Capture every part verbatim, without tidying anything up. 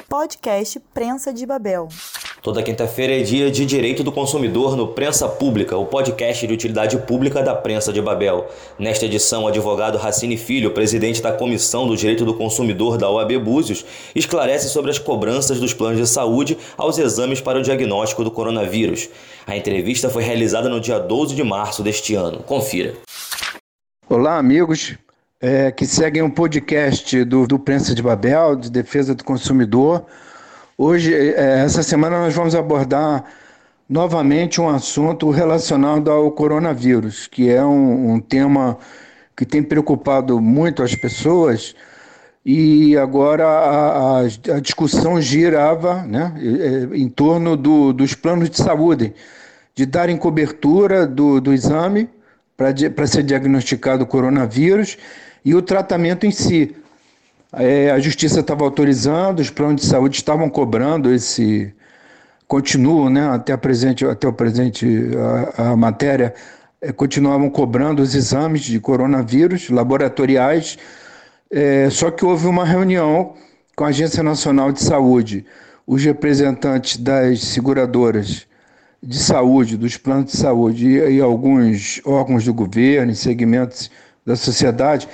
Podcast Prensa de Babel. Toda quinta-feira é dia de Direito do Consumidor no Prensa Pública, o podcast de utilidade pública da Prensa de Babel. Nesta edição, o advogado Racine Filho, presidente da Comissão do Direito do Consumidor da O A B Búzios, esclarece sobre as cobranças dos planos de saúde aos exames para o diagnóstico do coronavírus. A entrevista foi realizada no dia doze de março deste ano. Confira. Olá, amigos é, que seguem o podcast do, do Prensa de Babel, de defesa do consumidor. Hoje, essa semana, nós vamos abordar novamente um assunto relacionado ao coronavírus, que é um, um tema que tem preocupado muito as pessoas, e agora a, a, a discussão girava, né, em torno do, dos planos de saúde, de darem cobertura do, do exame para ser diagnosticado o coronavírus e o tratamento em si. É, a Justiça estava autorizando, os planos de saúde estavam cobrando esse, continuam, né, até, a presente, até o presente, a, a matéria, é, continuavam cobrando os exames de coronavírus laboratoriais, é, só que houve uma reunião com a Agência Nacional de Saúde, os representantes das seguradoras de saúde, dos planos de saúde e, e alguns órgãos do governo e segmentos da sociedade,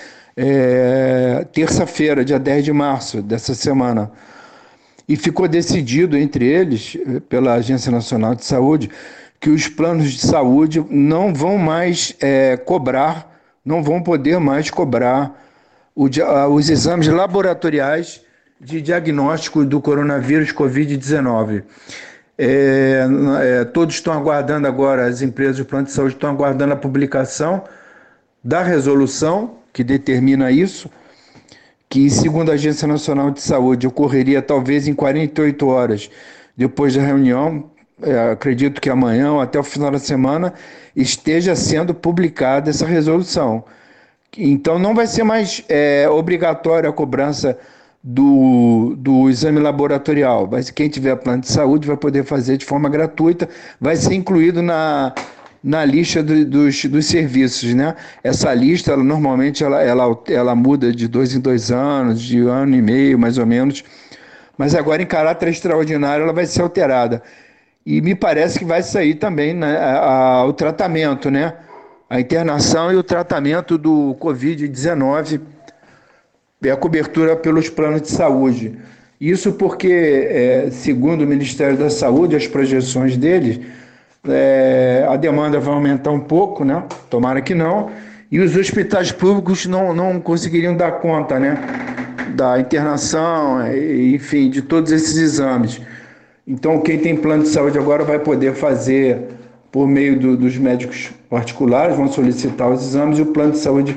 É, terça-feira, dia dez de março dessa semana, e ficou decidido entre eles, pela Agência Nacional de Saúde, que os planos de saúde não vão mais é, cobrar, não vão poder mais cobrar o, os exames laboratoriais de diagnóstico do coronavírus covid dezenove. É, é, todos estão aguardando agora, as empresas de plano de saúde estão aguardando a publicação da resolução que determina isso, que, segundo a Agência Nacional de Saúde, ocorreria talvez em quarenta e oito horas depois da reunião. É, acredito que amanhã ou até o final da semana esteja sendo publicada essa resolução. Então não vai ser mais é, obrigatória a cobrança do, do exame laboratorial, mas quem tiver plano de saúde vai poder fazer de forma gratuita, vai ser incluído na... na lista do, dos, dos serviços, né? Essa lista, ela, normalmente, ela, ela, ela muda de dois em dois anos, de ano e meio, mais ou menos, mas agora, em caráter extraordinário, ela vai ser alterada. E me parece que vai sair também, né, a, a, o tratamento, né? A internação e o tratamento do covid dezenove, e a cobertura pelos planos de saúde. Isso porque, é, segundo o Ministério da Saúde, as projeções deles, É, a demanda vai aumentar um pouco, né? Tomara que não, e os hospitais públicos não, não conseguiriam dar conta, né, da internação, enfim, de todos esses exames. Então, quem tem plano de saúde agora vai poder fazer por meio do, dos médicos particulares, vão solicitar os exames, e o plano de saúde.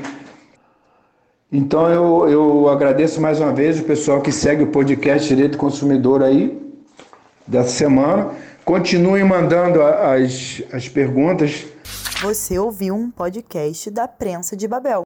Então, eu, eu agradeço mais uma vez o pessoal que segue o podcast Direito do Consumidor aí, dessa semana. Continuem mandando as, as perguntas. Você ouviu um podcast da Prensa de Babel.